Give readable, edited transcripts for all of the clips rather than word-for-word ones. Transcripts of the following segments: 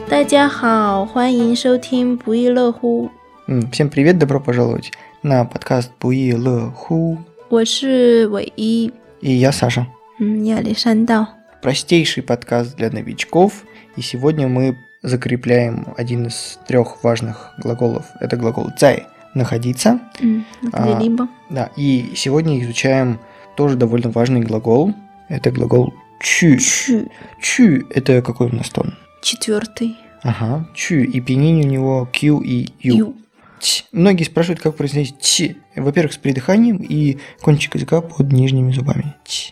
大家好，欢迎收听不亦乐乎。 Всем привет, добро пожаловать на подкаст «不亦乐乎». 我是伟一 И я Саша. 亚历山大。 Простейший подкаст для новичков. И сегодня мы закрепляем один из 3 важных глаголов. Это глагол «在» – находиться. Где-либо. Да, и сегодня изучаем тоже довольно важный глагол. Это глагол «чу». «Чу» – это какой у нас тон? 4. Ага, «чу». И пианин у него Q и U. Многие спрашивают, как произносить «ч». Во-первых, с придыханием и кончик языка под нижними зубами.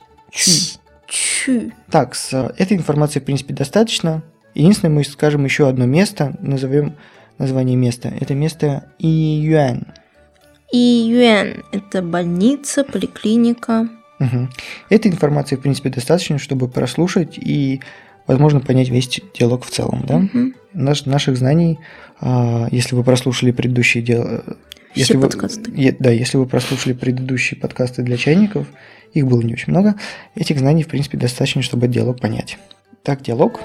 Чу. Так, с этой информации, в принципе, достаточно. Единственное, мы скажем еще одно место, назовем название места. Это место Июэн. Июэн – это больница, поликлиника. Угу. Этой информации, в принципе, достаточно, чтобы прослушать и, возможно, понять весь диалог в целом, да? Угу. Наших знаний, если вы прослушали предыдущие подкасты. Если вы прослушали предыдущие подкасты для чайников, их было не очень много, этих знаний, в принципе, достаточно, чтобы диалог понять. Так, диалог.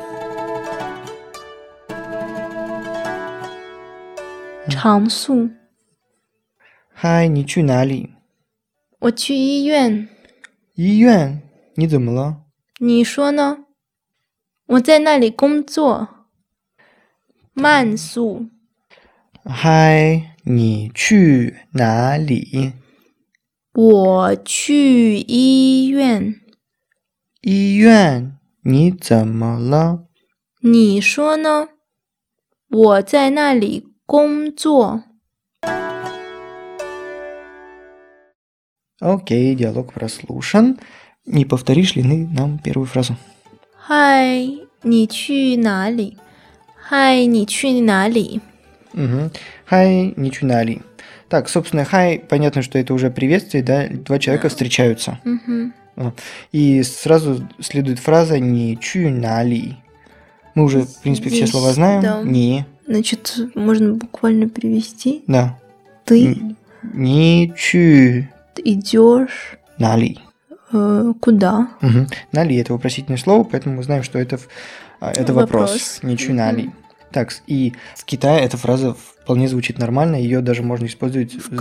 常速。 Хай, 你去哪里? 我去医院。 医院? 你怎么了? 你说呢? 我在那里工作。慢速。 嗨，你去哪里? 我去医院。 医院? 你怎么了? 你说呢? 我在那里工作。 Окей, диалог прослушан. Не повторишь ли ты нам первую фразу? 嗨，你去哪里？嗨，你去哪里？ Угу. Хай, 你去哪里? Так, собственно, хай, понятно, что это уже приветствие, да? 2 человека встречаются. Угу. И сразу следует фраза «ни чу на ли». Мы уже, в принципе, все слова знаем. Да. «Ни». Значит, можно буквально перевести. Да. Ты «Ни чу идешь на ли». Куда? Угу. «На ли» – это вопросительное слово, поэтому мы знаем, что это вопрос. «Ни чу на ли». Так, и в Китае эта фраза вполне звучит нормально, ее даже можно использовать в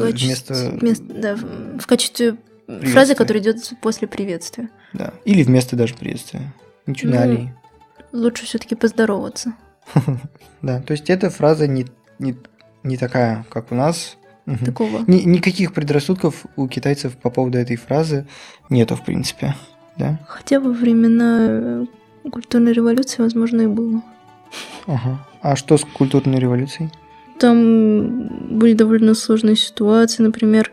качестве фразы, которая идет после приветствия. Да, или вместо даже приветствия. Ничего нали. Лучше все-таки поздороваться. Да, то есть эта фраза не такая, как у нас. Такого. Никаких предрассудков у китайцев по поводу этой фразы нету, в принципе. Да? Хотя во времена культурной революции, возможно, и было. Ага. А что с культурной революцией? Там были довольно сложные ситуации. Например,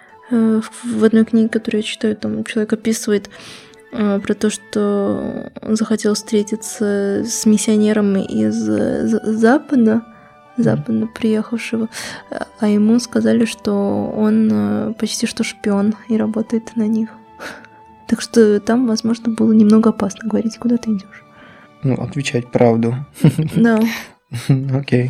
в одной книге, которую я читаю, там человек описывает про то, что он захотел встретиться с миссионером из запада приехавшего, а ему сказали, что он почти что шпион и работает на них. Так что там, возможно, было немного опасно говорить, куда ты идешь. Ну, отвечать правду. Да. Окей.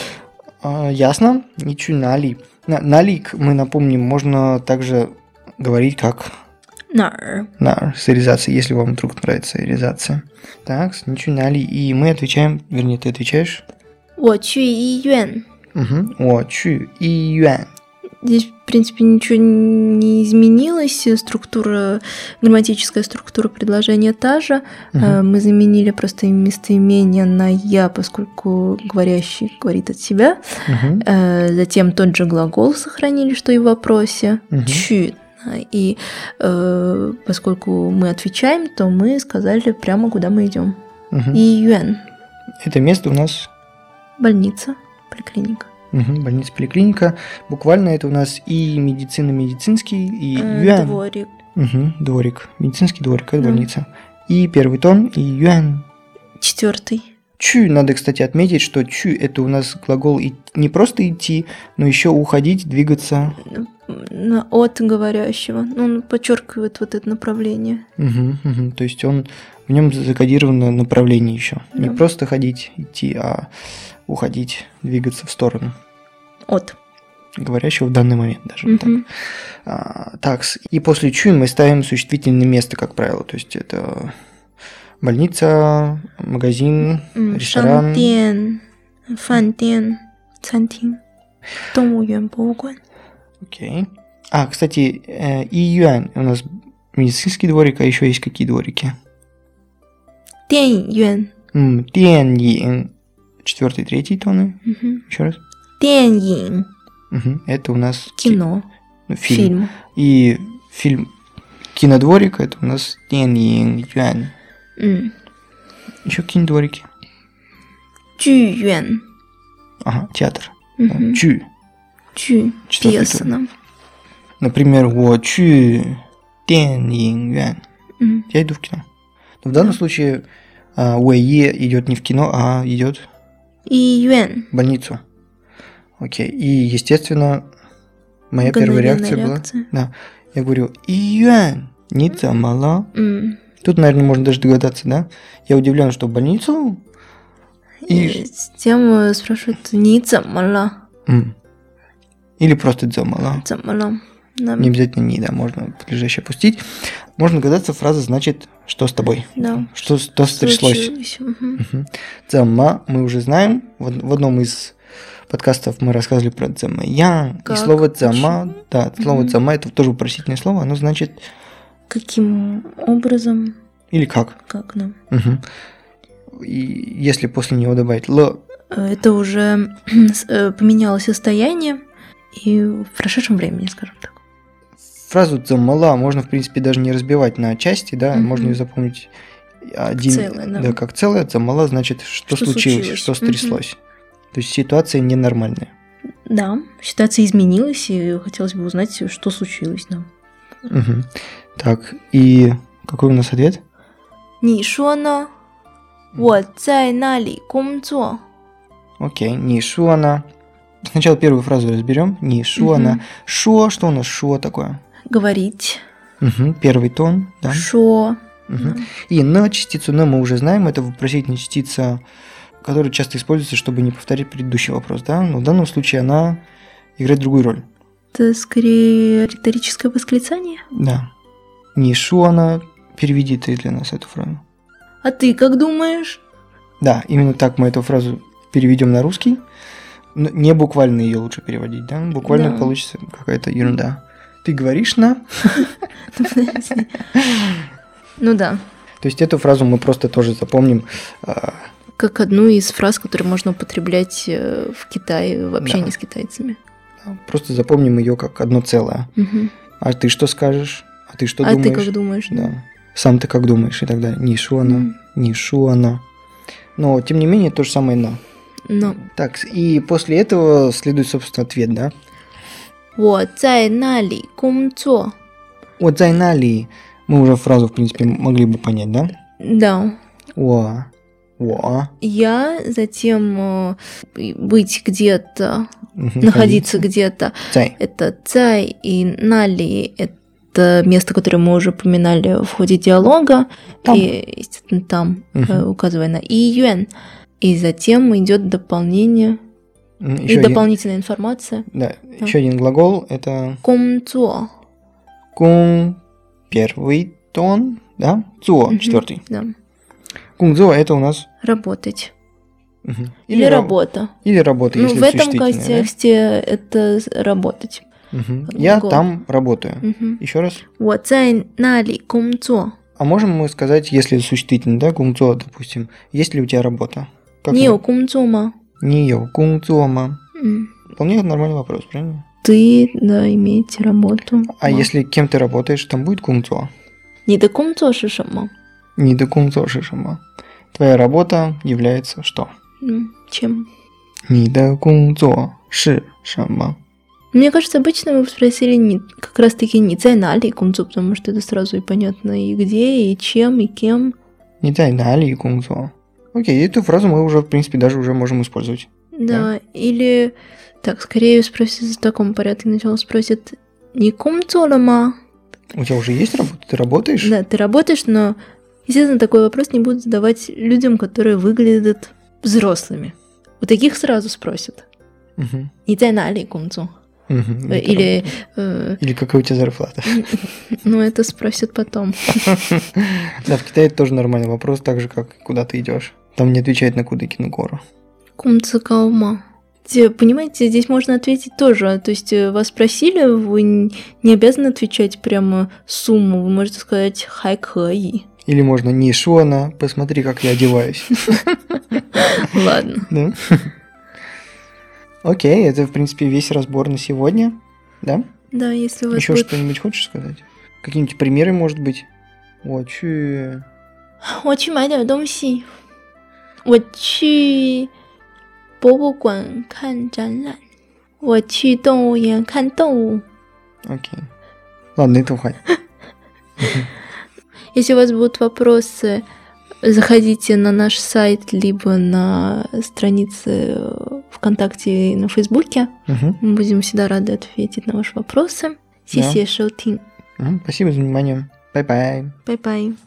Ясно. Ничего нали. Налик, мы напомним, можно также говорить как Нар. С иризацией, если вам вдруг нравится иризация. Так, ничего нали. И мы отвечаем, вернее, ты отвечаешь. 我去医院. Угу. 我去医院. Здесь, в принципе, ничего не изменилось. Грамматическая структура предложения та же. Мы заменили просто местоимение на «я», поскольку говорящий говорит от себя. Затем тот же глагол сохранили, что и в вопросе. «Чу». И поскольку мы отвечаем, то мы сказали прямо, куда мы идем. Июэн. Это место у нас... Больница, поликлиника. Больница, поликлиника. Буквально это у нас и медицина, медицинский, и юань. Дворик. Дворик. Медицинский дворик, это больница. И первый тон, и юань. 4. Чу, надо, кстати, отметить, что чу – это у нас глагол не просто идти, но еще уходить, двигаться. От говорящего. Он подчеркивает вот это направление. То есть в нем закодировано направление еще. Да. Не просто ходить, идти, а уходить, двигаться в сторону. От. Говорящего в данный момент даже. Так, и после чу мы ставим существительное место, как правило. То есть это Больница, магазин, ресторан. 商店、饭店、餐厅、动物园、博物馆。 Окей. Кстати, июань у нас медицинский дворик, а еще есть какие дворики? 电影院。 Дианьин. 4-й, 3-й тоны. Еще раз. 电影。 Это у нас кино. Фильм. И фильм кинодворик, это у нас Дианьин Юань. Еще какие-нибудь дворики? 剧院。 Театр. Чу. 剧 пьеса, да. Например, 我去电影院. Я иду в кино. Но в данном случае Уэйе идет не в кино, а идет в больницу. Окей. И, естественно, моя первая реакция была... Да. Я говорю, июань, не замала. Тут, наверное, можно даже догадаться, да? Я удивлен, что в больницу... И тем спрашивают, не замала. Или просто замала. Замала. Да. Не обязательно не, да, можно подлежащее опустить. Можно догадаться, фраза значит, что с тобой. Да. Что стряслось. Цама мы уже знаем. В одном из подкастов мы рассказывали про цама ян. И слово цама, да, слово цама это тоже вопросительное слово, оно значит... Каким образом? Или как. Как, да. И если после него добавить л... Это уже поменялось состояние и в прошедшем времени, скажем так. Фразу «цамала» можно, в принципе, даже не разбивать на части, да, можно ее запомнить один, целое, да. Да, как целое. «Цамала» значит, что случилось, что стряслось. То есть ситуация ненормальная. Да, ситуация изменилась, и хотелось бы узнать, что случилось, да. Так, и какой у нас ответ? 你说呢？我在那里工作。 Окей, не шуана. Сначала первую фразу разберем. Не шуана. Шо, что у нас шо такое? Говорить. Первый тон, да. Шо. И на частицу на мы уже знаем. Это вопросительная частица, которая часто используется, чтобы не повторить предыдущий вопрос, да. Но в данном случае она играет другую роль. Это скорее риторическое восклицание? Да. Не шуана. Переведи ты для нас эту фразу. А ты как думаешь? Да, именно так мы эту фразу переведем на русский. Не буквально ее лучше переводить, да? Буквально получится какая-то ерунда. Ты говоришь на? Ну да. То есть эту фразу мы просто тоже запомним. Как одну из фраз, которые можно употреблять в Китае в общении с китайцами. Просто запомним ее как одно целое. А ты что скажешь? А ты что думаешь? А ты как думаешь? Да. Сам ты как думаешь? И так далее. Не шуана, не шуана. Но, тем не менее, то же самое «но». Но. Так, и после этого следует, собственно, ответ, да? 我在那里工作. 我在那里 мы уже фразу, в принципе, могли бы понять, да? Да. 我 Я, затем быть где-то, находиться где-то. 在 Это 在, и 那里это место, которое мы уже упоминали в ходе диалога. Там. И, естественно, там, указывая на июань. И затем идет дополнение и дополнительная информация. Да, еще один глагол это 工作. 工 первый тон, да? 做 четвертый. Да. 工作 это у нас работать. Или работа. Или работа, если в этом существительное, контексте это работать. Я там работаю. Еще раз. 我在那里工作. А можем мы сказать, если существительное, да, 工作, допустим, есть ли у тебя работа? 你有工作吗? 你有工作吗? Вполне нормальный вопрос, правильно? Ты, да, имеете работу. А если кем ты работаешь, там будет 工作? 你的工作是什么? 你的工作是什么? Твоя работа является что? Чем? 你的工作是什么? Мне кажется, обычно мы спросили как раз-таки не在哪里工作, потому что это сразу и понятно и где, и чем, и кем. 你在哪里工作? Окей, эту фразу мы уже, в принципе, даже уже можем использовать. Да, или... Так, скорее спросят в таком порядке. Сначала спросят, не 工作了吗? У тебя уже есть работа? Ты работаешь? Да, ты работаешь, но, естественно, такой вопрос не будут задавать людям, которые выглядят взрослыми. У таких сразу спросят. 你在哪里工作? Или какая у тебя зарплата? Ну, это спросят потом. Да, в Китае это тоже нормальный вопрос, так же, как куда ты идешь. Там не отвечают на Кудыкину гору. Кумцакаума. Понимаете, здесь можно ответить тоже. То есть вас спросили, вы не обязаны отвечать прямо сумму. Вы можете сказать хайкхэи. Или можно не шона, посмотри, как я одеваюсь. Ладно. Да? Окей, это, в принципе, весь разбор на сегодня, да? Да, если у вас еще что-нибудь хочешь сказать? Какие-нибудь примеры, может быть? 我去买点东西。我去博物馆看展览。我去动物园看动物。 Окей. Ладно, это хватит. Если у вас будут вопросы, заходите на наш сайт, либо на страницы ВКонтакте и на Фейсбуке. Мы будем всегда рады ответить на ваши вопросы. 谢谢收听。 Спасибо за внимание. Bye-bye. Bye-bye.